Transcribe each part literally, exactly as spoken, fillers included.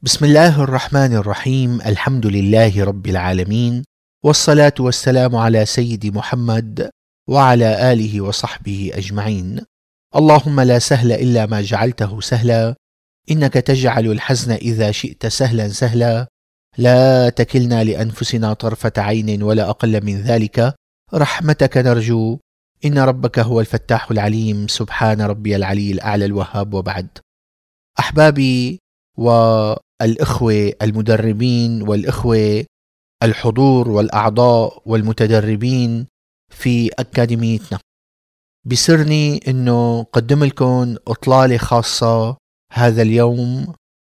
بسم الله الرحمن الرحيم. الحمد لله رب العالمين، والصلاة والسلام على سيد محمد وعلى آله وصحبه أجمعين. اللهم لا سهل إلا ما جعلته سهلا، إنك تجعل الحزن إذا شئت سهلا سهلا. لا تكلنا لأنفسنا طرفة عين ولا أقل من ذلك، رحمتك نرجو، إن ربك هو الفتاح العليم. سبحان ربي العلي الأعلى الوهاب. وبعد، أحبابي والإخوة المدربين والإخوة الحضور والأعضاء والمتدربين في أكاديميتنا، بسرني أنه قدم لكم إطلالة خاصة هذا اليوم،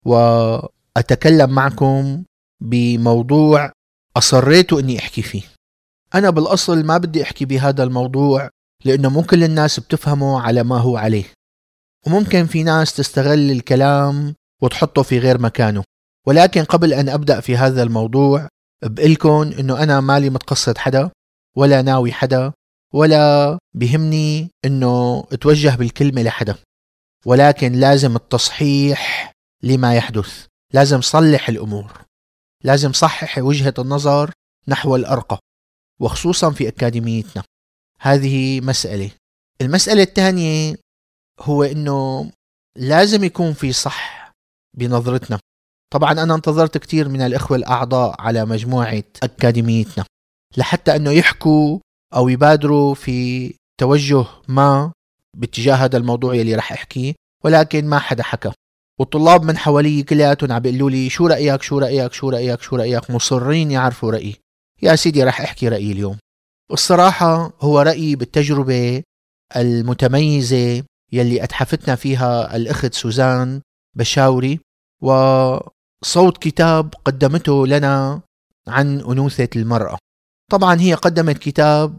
وأتكلم معكم بموضوع أصريت أني أحكي فيه. أنا بالأصل ما بدي أحكي بهذا الموضوع لأنه مو كل الناس بتفهمه على ما هو عليه، وممكن في ناس تستغل الكلام وتحطه في غير مكانه. ولكن قبل أن أبدأ في هذا الموضوع بقلكن أنه أنا مالي متقصد حدا ولا ناوي حدا، ولا بهمني أنه اتوجه بالكلمة لحدا، ولكن لازم التصحيح لما يحدث، لازم صلح الأمور، لازم صحح وجهة النظر نحو الأرقى، وخصوصا في أكاديميتنا. هذه مسألة. المسألة الثانية هو أنه لازم يكون في صح بنظرتنا. طبعا أنا انتظرت كتير من الإخوة الأعضاء على مجموعة أكاديميتنا لحتى أنه يحكوا أو يبادروا في توجه ما باتجاه هذا الموضوع يلي رح أحكيه، ولكن ما حدا حكى. والطلاب من حوالي كلياتهم عم بيقولوا لي شو رأيك شو رأيك شو رأيك شو رأيك، مصرين يعرفوا رأيي. يا سيدي رح أحكي رأيي اليوم. الصراحة هو رأيي بالتجربة المتميزة يلي أتحفتنا فيها الأخت سوزان بشاوري، وصوت كتاب قدمته لنا عن أنوثة المرأة. طبعا هي قدمت كتاب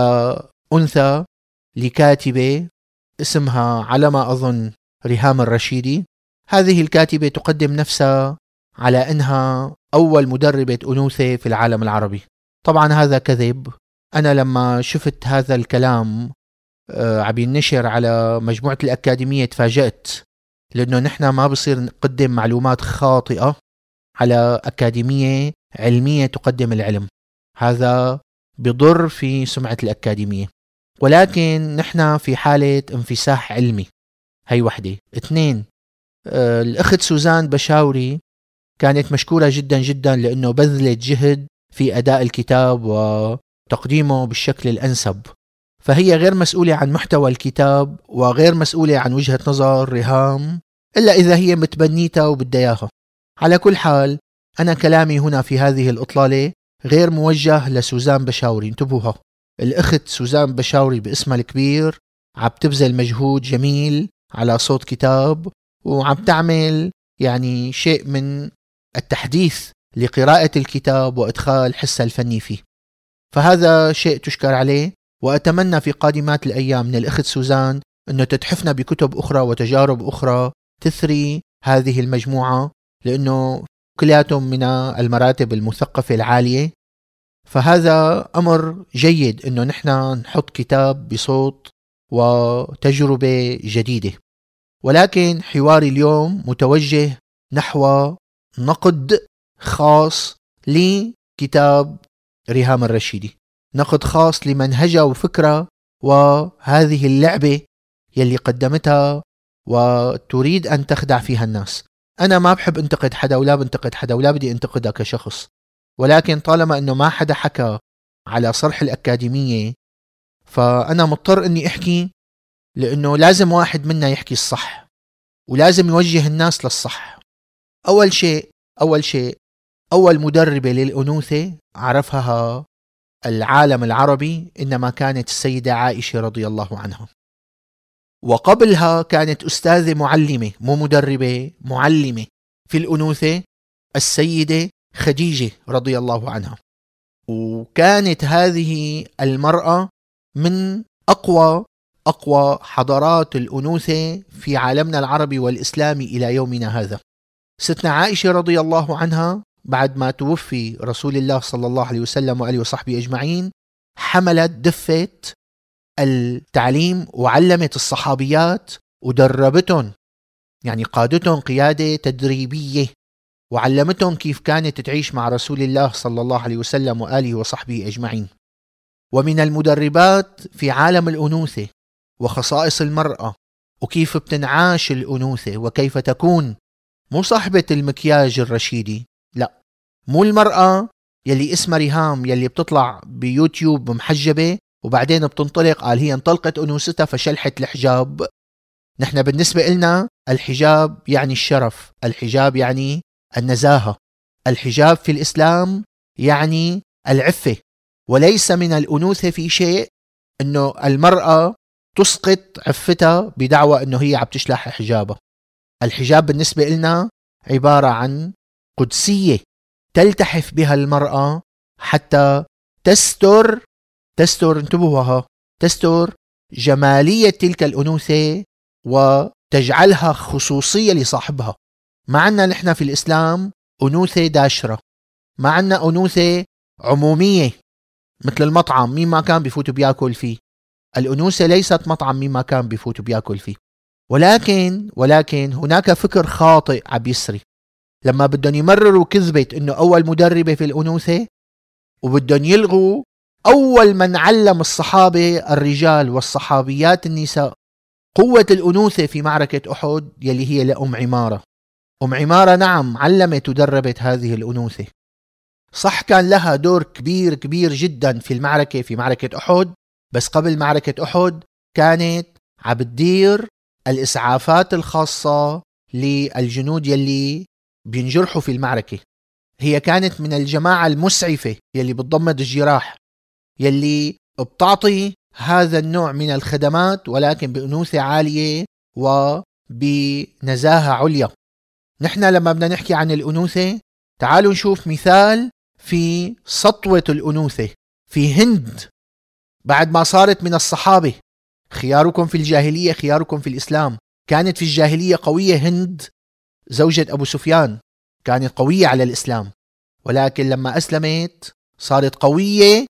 لأنثى لكاتبة اسمها على ما أظن ريهام الرشيدي. هذه الكاتبة تقدم نفسها على أنها أول مدربة أنوثة في العالم العربي. طبعا هذا كذب. أنا لما شفت هذا الكلام عم ينشر على مجموعة الأكاديمية تفاجأت، لأنه نحن ما بصير نقدم معلومات خاطئة على أكاديمية علمية تقدم العلم، هذا بضر في سمعة الأكاديمية. ولكن نحن في حالة انفساح علمي، هي وحدة. اثنين، آه الأخت سوزان بشاوري كانت مشكورة جدا جدا لأنه بذلت جهد في أداء الكتاب وتقديمه بالشكل الأنسب، فهي غير مسؤولة عن محتوى الكتاب وغير مسؤولة عن وجهة نظر ريهام إلا إذا هي متبنيتها وبدها إياها. على كل حال، أنا كلامي هنا في هذه الإطلالة غير موجه لسوزان بشاوري. انتبهوها، الأخت سوزان بشاوري باسمها الكبير عم تبذل مجهود جميل على صوت كتاب، وعم تعمل يعني شيء من التحديث لقراءة الكتاب وإدخال حسها الفني فيه، فهذا شيء تشكر عليه. وأتمنى في قادمات الأيام من الأخت سوزان أنه تتحفنا بكتب أخرى وتجارب أخرى تثري هذه المجموعة، لأنه كلياتهم من المراتب المثقفة العالية، فهذا أمر جيد أنه نحن نحط كتاب بصوت وتجربة جديدة. ولكن حواري اليوم متوجه نحو نقد خاص لكتاب ريهام الرشيدي، نقد خاص لمنهجها وفكرة وهذه اللعبة يلي قدمتها وتريد أن تخدع فيها الناس. أنا ما بحب انتقد حدا ولا بنتقد حدا ولا بدي انتقدها كشخص، ولكن طالما أنه ما حدا حكى على صرح الأكاديمية فأنا مضطر أني أحكي، لأنه لازم واحد منا يحكي الصح ولازم يوجه الناس للصح. أول شيء أول شيء أول مدربة للأنوثة عرفها العالم العربي إنما كانت السيدة عائشة رضي الله عنها، وقبلها كانت أستاذة معلمة مو مدربة، معلمة في الأنوثة، السيدة خديجة رضي الله عنها. وكانت هذه المرأة من أقوى أقوى حضارات الأنوثة في عالمنا العربي والإسلامي إلى يومنا هذا. ستنا عائشة رضي الله عنها بعد ما توفي رسول الله صلى الله عليه وسلم وآله وصحبه أجمعين حملت دفة التعليم وعلمت الصحابيات ودربتهم، يعني قادتهم قيادة تدريبية وعلمتهم كيف كانت تعيش مع رسول الله صلى الله عليه وسلم وآله وصحبه أجمعين. ومن المدربات في عالم الأنوثة وخصائص المرأة وكيف بتنعاش الأنوثة وكيف تكون مو صاحبة المكياج الرشيدي، لا، مو المرأة يلي اسمها ريهام يلي بتطلع بيوتيوب محجبة وبعدين بتنطلق قال هي انطلقت أنوثتها فشلحت الحجاب. نحن بالنسبة لنا الحجاب يعني الشرف، الحجاب يعني النزاهة، الحجاب في الإسلام يعني العفة، وليس من الأنوثة في شيء أنه المرأة تسقط عفتها بدعوى أنه هي عم تشلح حجابها. الحجاب بالنسبة لنا عبارة عن قدسية تلتحف بها المرأة حتى تستر تستر انتبهوها تستر جمالية تلك الأنوثة وتجعلها خصوصية لصاحبها. ما عنا نحن في الإسلام أنوثة داشرة، ما عنا أنوثة عمومية مثل المطعم مين ما كان بيفوت بياكل فيه. الأنوثة ليست مطعم مين ما كان بيفوت بياكل فيه، ولكن ولكن هناك فكر خاطئ عم يسري لما بدهم يمرروا كذبة إنه أول مدربة في الأنوثة، وبدهم يلغوا أول من علم الصحابة الرجال والصحابيات النساء قوة الأنوثة في معركة أحد يلي هي لأم عمارة. أم عمارة نعم علمت ودربت هذه الأنوثة، صح كان لها دور كبير كبير جدا في المعركة في معركة أحد، بس قبل معركة أحد كانت عم بتدير الإسعافات الخاصة للجنود يلي بينجرحوا في المعركة. هي كانت من الجماعة المسعفة يلي بتضمد الجراح، يلي بتعطي هذا النوع من الخدمات ولكن بأنوثة عالية وبنزاهة عليا. نحن لما بدنا نحكي عن الأنوثة تعالوا نشوف مثال في سطوة الأنوثة في هند بعد ما صارت من الصحابة. خياركم في الجاهلية خياركم في الإسلام. كانت في الجاهلية قوية هند زوجة أبو سفيان، كانت قوية على الإسلام، ولكن لما أسلمت صارت قوية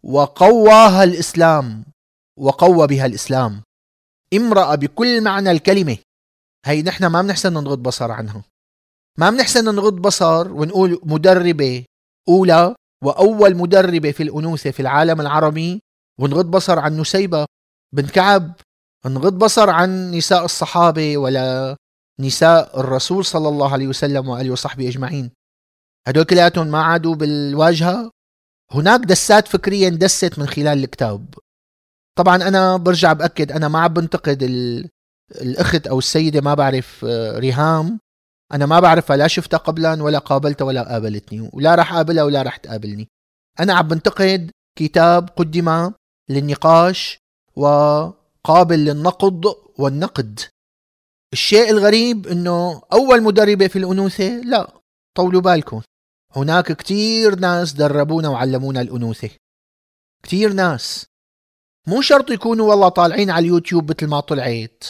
وقواها الإسلام وقوى بها الإسلام. امرأة بكل معنى الكلمة. هي نحن ما بنحسن نغض بصر عنها، ما بنحسن نغض بصر ونقول مدربة أولى وأول مدربة في الأنوثة في العالم العربي ونغض بصر عن نسيبة بنت كعب، نغض بصر عن نساء الصحابة ولا نساء الرسول صلى الله عليه وسلم وآله وصحبه أجمعين. هدول كلياتهم ما عادوا بالواجهة. هناك دسات فكرية اندست من خلال الكتاب. طبعا أنا برجع بأكد أنا ما عم بنتقد الأخت أو السيدة ما بعرف ريهام، أنا ما بعرفها لا شفتها قبلا ولا قابلتها ولا قابلتني ولا رح قابلها ولا رح تقابلني. أنا عم بنتقد كتاب قدم للنقاش وقابل للنقد والنقد. الشيء الغريب أنه أول مدربة في الأنوثة لا، طولوا بالكم، هناك كتير ناس دربونا وعلمونا الأنوثة، كتير ناس مو شرط يكونوا والله طالعين على اليوتيوب مثل ما طلعت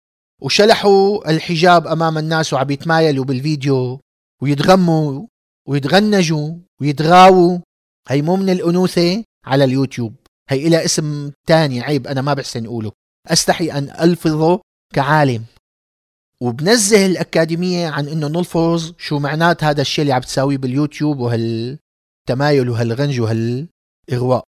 وشلحوا الحجاب أمام الناس وعم يتمايلوا بالفيديو ويتغموا ويتغنجوا ويتغاووا. هي مو من الأنوثة على اليوتيوب، هي إلى اسم تاني عيب أنا ما بحسن أقوله، أستحي أن ألفظه كعالم. وبنزه الأكاديمية عن أنه نلفظ شو معنات هذا الشيء اللي عم تساويه باليوتيوب وهالتمايل وهالغنج وهالإغواء.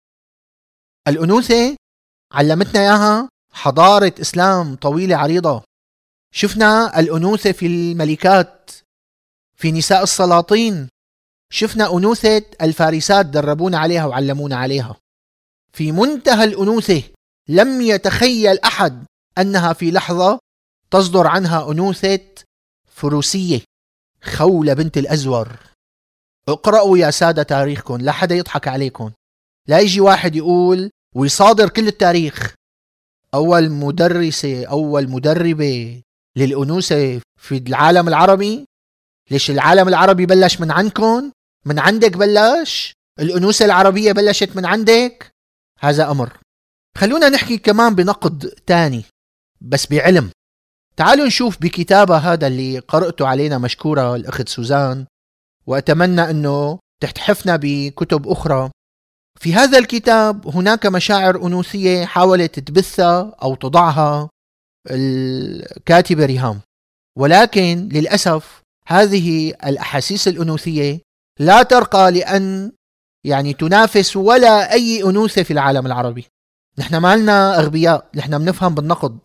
الأنوثة علمتنا إياها حضارة إسلام طويلة عريضة. شفنا الأنوثة في الملكات، في نساء السلاطين، شفنا أنوثة الفارسات دربونا عليها وعلمونا عليها. في منتهى الأنوثة لم يتخيل أحد أنها في لحظة تصدر عنها أنوثة فروسية خولة بنت الأزور. اقرأوا يا سادة تاريخكم، لا حدا يضحك عليكم، لا يجي واحد يقول ويصادر كل التاريخ. أول مدرسة أول مدربة للأنوثة في العالم العربي. ليش العالم العربي بلش من عندكم؟ من عندك بلش؟ الأنوثة العربية بلشت من عندك؟ هذا أمر. خلونا نحكي كمان بنقد تاني بس بعلم. تعالوا نشوف بكتابة هذا اللي قرأته علينا مشكورة الأخت سوزان، وأتمنى أنه تحتحفنا بكتب أخرى. في هذا الكتاب هناك مشاعر أنوثية حاولت تبثها أو تضعها الكاتبة ريهام، ولكن للأسف هذه الأحاسيس الأنوثية لا ترقى لأن يعني تنافس ولا أي أنوثة في العالم العربي. نحن ما لنا أغبياء، نحن بنفهم بالنقد،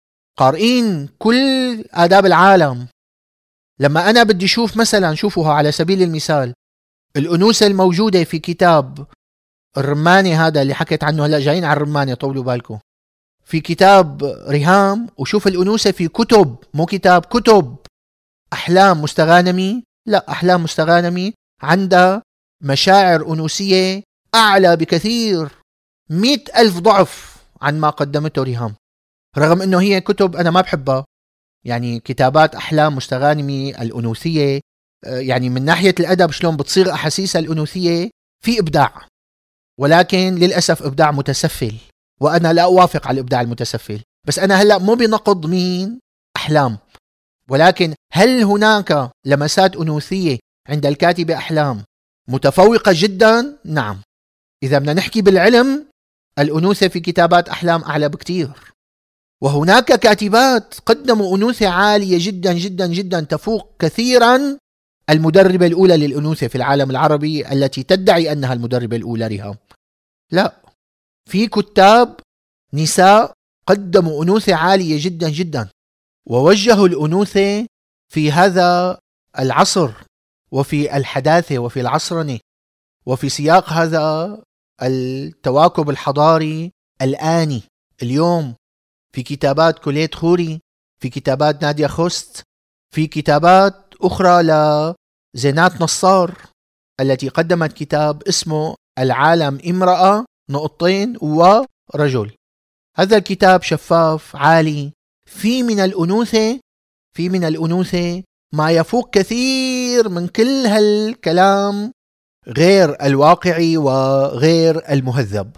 قارئين كل آداب العالم. لما أنا بدي شوف مثلا، شوفوها على سبيل المثال، الأنوثة الموجودة في كتاب الرماني هذا اللي حكيت عنه هلا، جايين على الرماني طولوا بالكم، في كتاب ريهام، وشوف الأنوثة في كتب، مو كتاب، كتب أحلام مستغانمي. لا، أحلام مستغانمي عندها مشاعر أنوثية أعلى بكثير، مئة ألف ضعف عن ما قدمته ريهام، رغم أنه هي كتب أنا ما بحبها. يعني كتابات أحلام مستغانمي الأنوثية، يعني من ناحية الأدب شلون بتصيغ أحاسيسها الأنوثية في إبداع، ولكن للأسف إبداع متسفل، وأنا لا أوافق على الإبداع المتسفل. بس أنا هلأ مو بنقض مين أحلام، ولكن هل هناك لمسات أنوثية عند الكاتبة أحلام متفوقة جدا؟ نعم. إذا بدنا نحكي بالعلم، الأنوثة في كتابات أحلام أعلى بكتير، وهناك كاتبات قدموا أنوثة عالية جدا جدا جدا تفوق كثيرا المدربة الأولى للأنوثة في العالم العربي التي تدعي أنها المدربة الأولى ريهام. لا، في كتاب نساء قدموا أنوثة عالية جدا جدا، ووجهوا الأنوثة في هذا العصر وفي الحداثة وفي العصرنة وفي سياق هذا التواكب الحضاري الآني اليوم، في كتابات كوليت خوري، في كتابات نادية خوست، في كتابات أخرى لزينات نصار التي قدمت كتاب اسمه العالم امرأة نقطتين ورجل. هذا الكتاب شفاف عالي، في من الأنوثة في من الأنوثة ما يفوق كثير من كل هالكلام غير الواقعي وغير المهذب.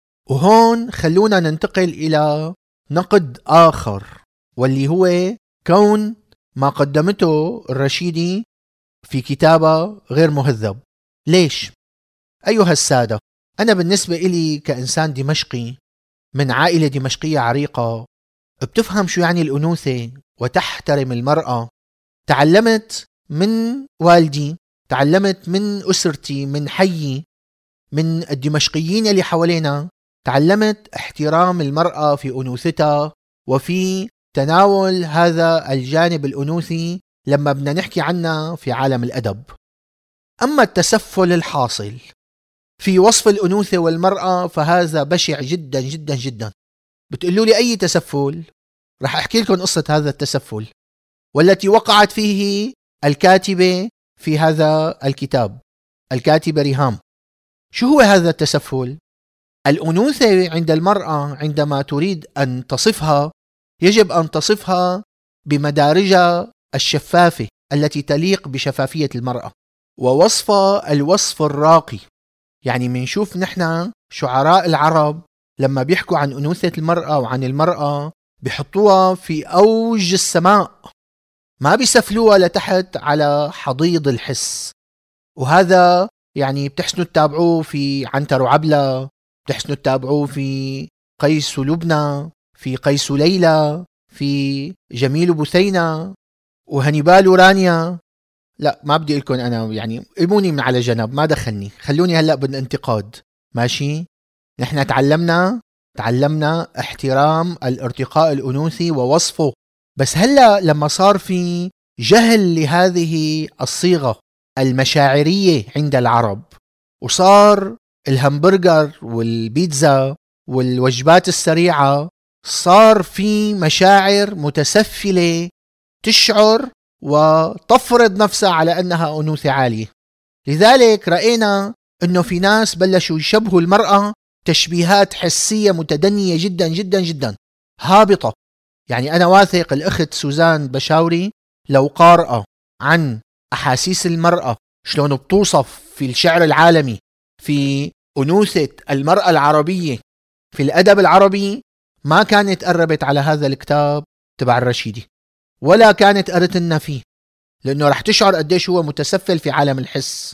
وهون خلونا ننتقل إلى نقد آخر، واللي هو كون ما قدمته الرشيدي في كتابة غير مهذب. ليش؟ أيها السادة، أنا بالنسبة إلي كإنسان دمشقي من عائلة دمشقية عريقة بتفهم شو يعني الأنوثة وتحترم المرأة، تعلمت من والدي، تعلمت من أسرتي، من حيي، من الدمشقيين اللي حوالينا، تعلمت احترام المرأة في أنوثتها وفي تناول هذا الجانب الأنوثي لما بدنا نحكي عنه في عالم الأدب. أما التسفل الحاصل في وصف الأنوثة والمرأة فهذا بشع جدا جدا جدا. بتقولوا لي أي تسفل؟ رح أحكي لكم قصة هذا التسفل والتي وقعت فيه الكاتبة في هذا الكتاب، الكاتبة ريهام. شو هو هذا التسفل؟ الأنوثة عند المرأة عندما تريد أن تصفها يجب أن تصفها بمدارجها الشفافة التي تليق بشفافية المرأة، ووصفها الوصف الراقي. يعني منشوف نحن شعراء العرب لما بيحكوا عن أنوثة المرأة وعن المرأة بيحطوها في أوج السماء، ما بيسفلوها لتحت على حضيض الحس. وهذا يعني بتحسنوا تتابعوه في عنتر وعبلة، بتحسنوا تتابعوه في قيس ولبنى، في قيس وليلى، في جميل وبثينة وهنيبال ورانيا. لا، ما بدي لكم أنا، يعني ارموني من على جنب، ما دخلني، خلوني هلأ بالانتقاد. ماشي؟ نحن تعلمنا تعلمنا احترام الارتقاء الأنوثي ووصفه، بس هلأ لما صار في جهل لهذه الصيغة المشاعرية عند العرب، وصار الهمبرجر والبيتزا والوجبات السريعة صار في مشاعر متسفلة تشعر وتفرض نفسها على أنها أنوثة عالية. لذلك رأينا أنه في ناس بلشوا يشبهوا المرأة تشبيهات حسية متدنية جدا جدا جدا هابطة. يعني أنا واثق الأخت سوزان بشاوري لو قارئة عن أحاسيس المرأة شلون بتوصف في الشعر العالمي، في أنوثة المرأة العربية، في الأدب العربي، ما كانت قربت على هذا الكتاب تبع الرشيدي ولا كانت قرت لنا فيه، لأنه رح تشعر قديش هو متسفل في عالم الحس.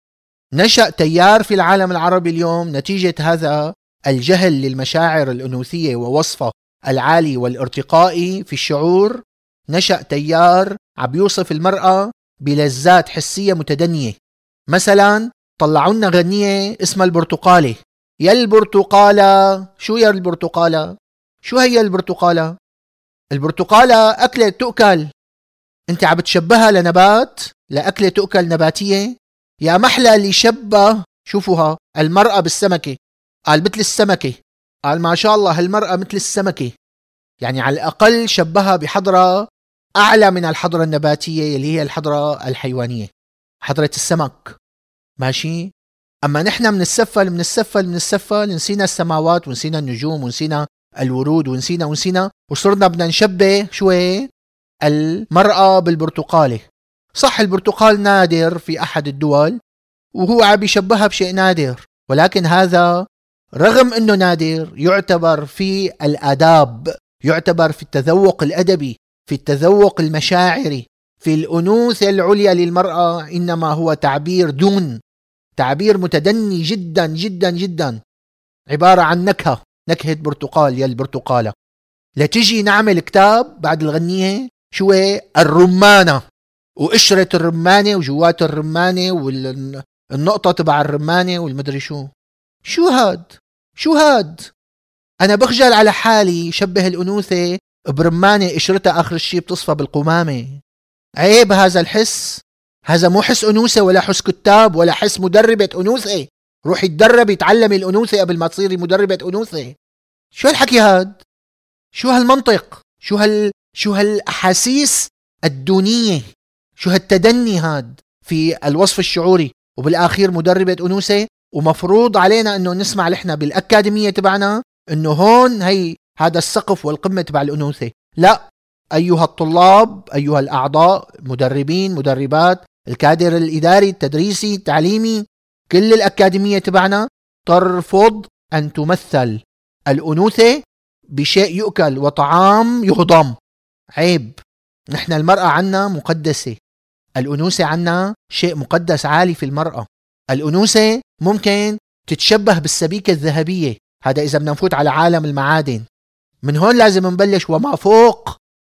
نشأ تيار في العالم العربي اليوم نتيجة هذا الجهل للمشاعر الأنوثية ووصفه العالي والارتقائي في الشعور. نشأ تيار عم يوصف المرأة بلذات حسية متدنية. مثلا طلعوا لنا غنية اسمها البرتقالة. يا البرتقالة، شو يا البرتقالة؟ شو هي البرتقالة؟ البرتقالة أكلة تؤكل، انت عم تشبهها لنبات، لأكلة تؤكل نباتية. يا محلى اللي شبه، شوفوها، المرأة بالسمكة، قال مثل السمكة، قال ما شاء الله هالمرأة مثل السمكة، يعني على الأقل شبهها بحضرة أعلى من الحضرة النباتية اللي هي الحضرة الحيوانية، حضرة السمك. ماشي. أما نحن من السفل من السفل من السفل نسينا السماوات ونسينا النجوم ونسينا الورود ونسينا ونسينا وصرنا بدنا نشبه شوي المرأة بالبرتقالة. صح البرتقال نادر في أحد الدول وهو عم يشبهها بشيء نادر، ولكن هذا رغم أنه نادر يعتبر في الآداب، يعتبر في التذوق الأدبي، في التذوق المشاعري، في الأنوثة العليا للمرأة، إنما هو تعبير دون، تعبير متدني جدا جدا جدا، عبارة عن نكهة، نكهة برتقال يا البرتقالة. لتجي نعمل كتاب بعد الغنية شوي الرمانة وقشرة الرمانة وجوات الرمانة والنقطة تبع الرمانة والمدري شو. شو هاد؟ شو هاد؟ أنا بخجل على حالي شبه الأنوثة برمانة قشرتها آخر الشي بتصفى بالقمامة. عيب هذا الحس، هذا مو حس أنوثة ولا حس كتاب ولا حس مدربة أنوثة. روحي تدربي تعلمي الأنوثة قبل ما تصيري مدربة أنوثة. شو هالحكي هاد؟ شو هالمنطق؟ شو هال شو هالأحاسيس الدونية؟ شو هالتدني هاد في الوصف الشعوري؟ وبالآخير مدربة أنوثة، ومفروض علينا أنه نسمع لحنا بالأكاديمية تبعنا أنه هون هي هذا السقف والقمة تبع الأنوثة. لا، أيها الطلاب، أيها الأعضاء، مدربين، مدربات، الكادر الإداري، التدريسي، التعليمي، كل الأكاديمية تبعنا ترفض أن تمثل الأنوثة بشيء يؤكل وطعام يهضم. عيب. نحن المرأة عنا مقدسة، الأنوثة عنا شيء مقدس عالي في المرأة. الأنوثة ممكن تتشبه بالسبيكة الذهبية، هذا إذا بدنا نفوت على عالم المعادن. من هون لازم نبلش وما فوق،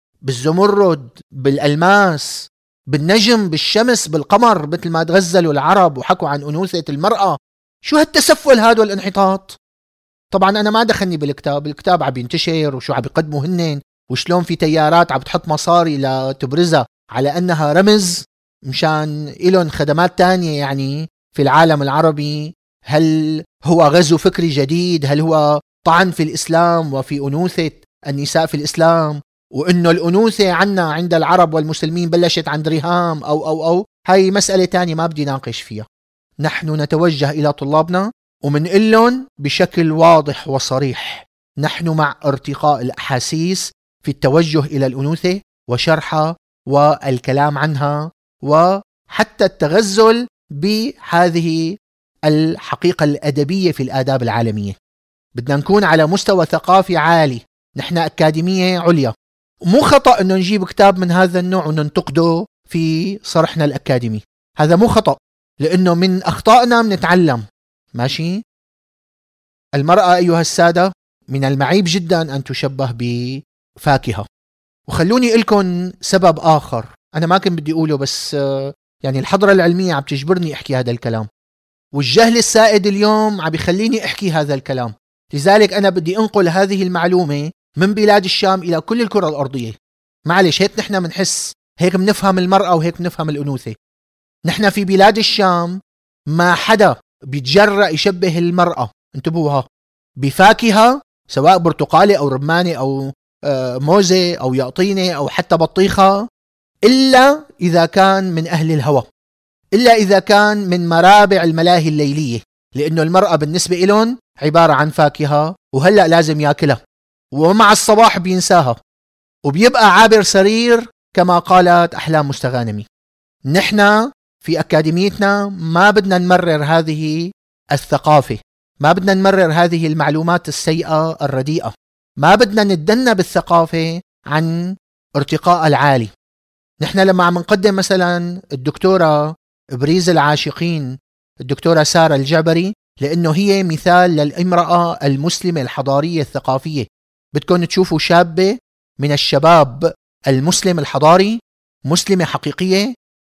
بالزمرد، بالألماس، بالنجم، بالشمس، بالقمر، مثل ما تغزلوا العرب وحكوا عن أنوثة المرأة. شو هالتسفل هذا والانحطاط؟ طبعا أنا ما دخلني بالكتاب، الكتاب عم ينتشر وشو عم يقدموا هنن وشلون في تيارات عم تحط مصاري لتبرزها على أنها رمز مشان إلون خدمات تانية يعني في العالم العربي. هل هو غزو فكري جديد؟ هل هو طعن في الإسلام وفي أنوثة النساء في الإسلام؟ وإنه الأنوثة عنا عند العرب والمسلمين بلشت عند ريهام أو أو أو هاي مسألة تانية ما بدي ناقش فيها. نحن نتوجه إلى طلابنا ومنقول لهم بشكل واضح وصريح نحن مع ارتقاء الأحاسيس في التوجه إلى الأنوثة وشرحها والكلام عنها وحتى التغزل بهذه الحقيقة الأدبية في الآداب العالمية. بدنا نكون على مستوى ثقافي عالي، نحن أكاديمية عليا، مو خطأ أنه نجيب كتاب من هذا النوع وننتقده في صرحنا الأكاديمي، هذا مو خطأ، لأنه من أخطائنا منتعلم. ماشي. المرأة أيها السادة من المعيب جدا أن تشبه بفاكهة. وخلوني لكم سبب آخر أنا ما كنت بدي أقوله، بس يعني الحضرة العلمية عم تجبرني أحكي هذا الكلام، والجهل السائد اليوم عم يخليني أحكي هذا الكلام. لذلك أنا بدي أنقل هذه المعلومة من بلاد الشام إلى كل الكرة الأرضية. معلش هيك نحن منحس، هيك منفهم المرأة وهيك منفهم الأنوثة. نحن في بلاد الشام ما حدا بيتجرأ يشبه المرأة، انتبهوها، بفاكهة سواء برتقالة أو رمانة أو موزة أو يقطينة أو حتى بطيخة، إلا إذا كان من أهل الهوى، إلا إذا كان من مرابع الملاهي الليلية، لأنه المرأة بالنسبة إلهم عبارة عن فاكهة وهلأ لازم يأكلها ومع الصباح بينساها وبيبقى عابر سرير كما قالت أحلام مستغانمي. نحن في أكاديميتنا ما بدنا نمرر هذه الثقافة، ما بدنا نمرر هذه المعلومات السيئة الرديئة، ما بدنا ندنا بالثقافة عن ارتقاء العالي. نحن لما عم نقدم مثلا الدكتورة بريز العاشقين الدكتورة سارة الجعبري، لأنه هي مثال للامرأة المسلمة الحضارية الثقافية. بدكم تشوفوا شابة من الشباب المسلم الحضاري، مسلمة حقيقية،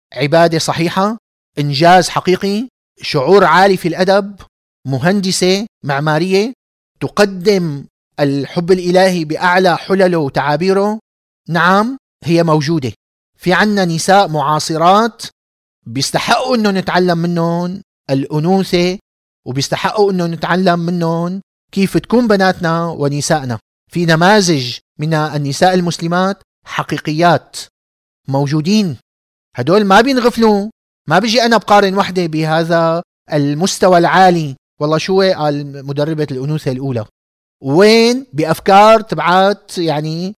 عبادة صحيحة، إنجاز حقيقي، شعور عالي في الأدب، مهندسة معمارية تقدم الحب الإلهي بأعلى حلله وتعابيره. نعم هي موجودة. في عنا نساء معاصرات بيستحقوا أنه نتعلم منهم الأنوثة، وبيستحقوا أنه نتعلم منهم كيف تكون بناتنا ونسائنا. في نماذج من النساء المسلمات حقيقيات موجودين، هدول ما بينغفلوا. ما بيجي أنا بقارن وحدة بهذا المستوى العالي، والله شو قال مدربة الأنوثة الأولى، وين بأفكار تبعات يعني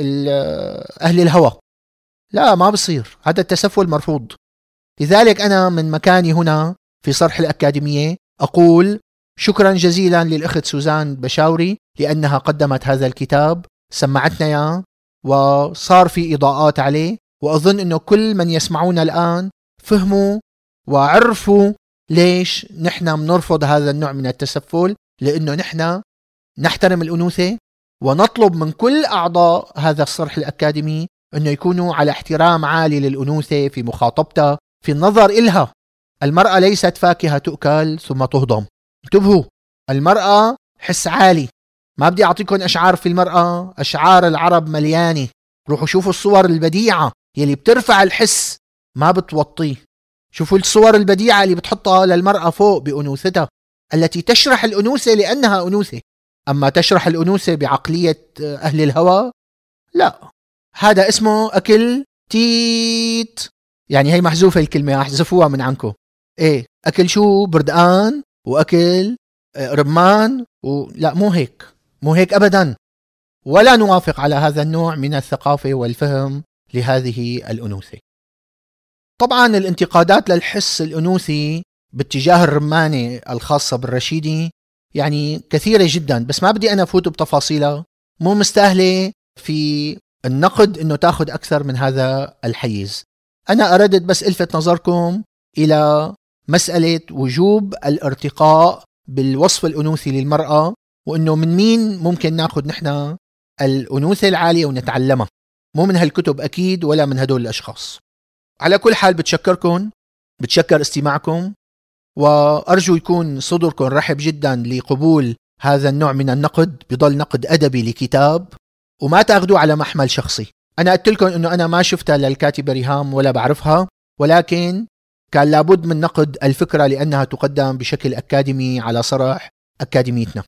أهل الهوى. لا، ما بصير، هذا التسفل مرفوض. لذلك أنا من مكاني هنا في صرح الأكاديمية أقول شكرا جزيلا للأخت سوزان بشاوري لأنها قدمت هذا الكتاب، سمعتنا يا وصار في إضاءات عليه، وأظن أنه كل من يسمعونا الآن فهموا وعرفوا ليش نحن بنرفض هذا النوع من التسفل، لأنه نحن نحترم الأنوثة ونطلب من كل أعضاء هذا الصرح الأكاديمي أنه يكونوا على احترام عالي للأنوثة في مخاطبتها، في النظر إلها. المرأة ليست فاكهة تؤكل ثم تهضم. انتبهوا، المرأة حس عالي. ما بدي أعطيكم أشعار في المرأة، أشعار العرب مليانة. روحوا شوفوا الصور البديعة يلي بترفع الحس ما بتوطيه. شوفوا الصور البديعة اللي بتحطها للمرأة فوق بأنوثتها، التي تشرح الأنوثة لأنها أنوثة. أما تشرح الأنوثة بعقلية أهل الهوى، لا، هذا اسمه أكل تيت. يعني هي محذوفة الكلمة، احذفوها من عنكم. ايه، أكل شو؟ بردقان وأكل رمان و... لا، مو هيك، مو هيك أبدا. ولا نوافق على هذا النوع من الثقافة والفهم لهذه الأنوثة. طبعا الانتقادات للحس الأنوثي باتجاه الرمانة الخاصة بالرشيدي يعني كثيرة جدا، بس ما بدي أنا فوت بتفاصيلها، مو مستاهلة في النقد أنه تاخد أكثر من هذا الحيز. أنا أردت بس ألفت نظركم إلى مسألة وجوب الارتقاء بالوصف الأنوثي للمرأة، وأنه من مين ممكن ناخد نحن الأنوثة العالية ونتعلمها، مو من هالكتب أكيد ولا من هدول الأشخاص. على كل حال بتشكركم، بتشكر استماعكم، وأرجو يكون صدركم رحب جدا لقبول هذا النوع من النقد، بضل نقد أدبي لكتاب وما تاخدوه على محمل شخصي. أنا قلت لكم أنه أنا ما شفتها للكاتبة ريهام ولا بعرفها، ولكن كان لابد من نقد الفكرة لأنها تقدم بشكل أكاديمي على صرح أكاديميتنا.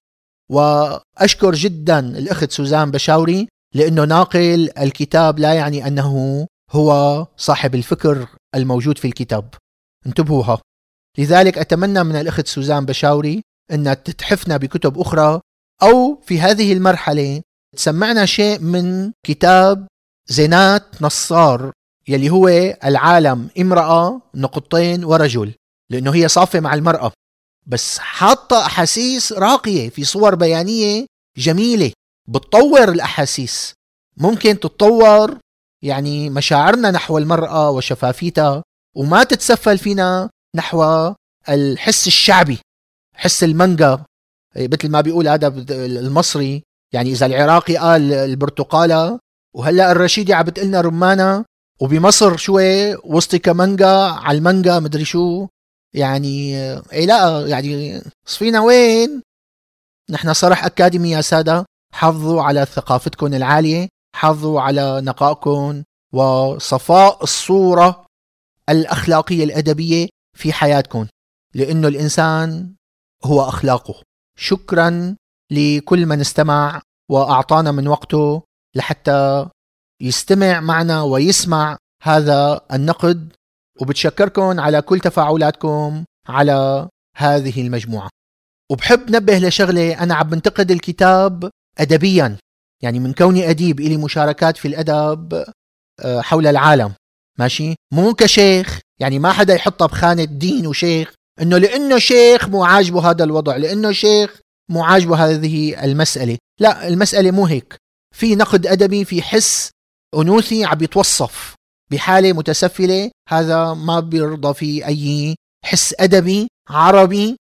وأشكر جدا الأخت سوزان بشاوري لأنه ناقل الكتاب لا يعني أنه هو صاحب الفكر الموجود في الكتاب، انتبهوها. لذلك أتمنى من الأخت سوزان بشاوري أن تتحفنا بكتب أخرى، أو في هذه المرحلة تسمعنا شيء من كتاب زينات نصار يلي هو العالم امرأة نقطتين ورجل، لأنه هي صافة مع المرأة بس حاطة أحاسيس راقية في صور بيانية جميلة بتطور الأحاسيس. ممكن تتطور يعني مشاعرنا نحو المرأة وشفافيتها، وما تتسفل فينا نحو الحس الشعبي، حس المانجا، مثل ما بيقول هذا المصري. يعني إذا العراقي قال البرتقالة وهلأ الرشيدي عم بتقلنا رمانة، وبمصر شوي وسطك مانجا على المانجا مدري شو، يعني اي لا، يعني صفينا وين؟ نحن صرح أكاديمي يا سادة، حافظوا على ثقافتكم العالية، حافظوا على نقائكم وصفاء الصورة الأخلاقية الأدبية في حياتكم، لأنه الإنسان هو أخلاقه. شكرا لكل من استمع وأعطانا من وقته لحتى يستمع معنا ويسمع هذا النقد، وبتشكركم على كل تفاعلاتكم على هذه المجموعة. وبحب نبه لشغلة، أنا عم بنتقد الكتاب أدبيا، يعني من كوني أديب إلي مشاركات في الأدب حول العالم، ماشي؟ مو كشيخ، يعني ما حدا يحطها بخانة دين وشيخ، إنه لأنه شيخ مو عاجبه هذا الوضع، لأنه شيخ مو عاجبه هذه المسألة. لا، المسألة مو هيك. في نقد أدبي، في حس أنوثي عم يتوصف بحالة متسفلة، هذا ما بيرضى في أي حس أدبي عربي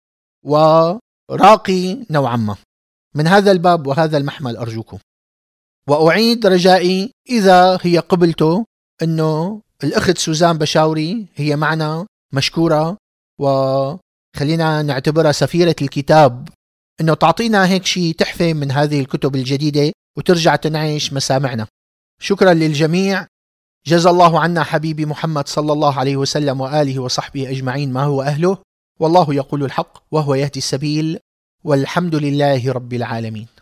وراقي نوعا ما. من هذا الباب وهذا المحمل أرجوكم، وأعيد رجائي إذا هي قبلته أنه الأخت سوزان بشاوري هي معنا مشكورة، وخلينا نعتبرها سفيرة الكتاب، إنه تعطينا هيك شيء تحفة من هذه الكتب الجديدة وترجع تنعيش مسامعنا. شكرا للجميع، جزا الله عنا حبيبي محمد صلى الله عليه وسلم وآله وصحبه أجمعين ما هو أهله، والله يقول الحق وهو يهدي السبيل، والحمد لله رب العالمين.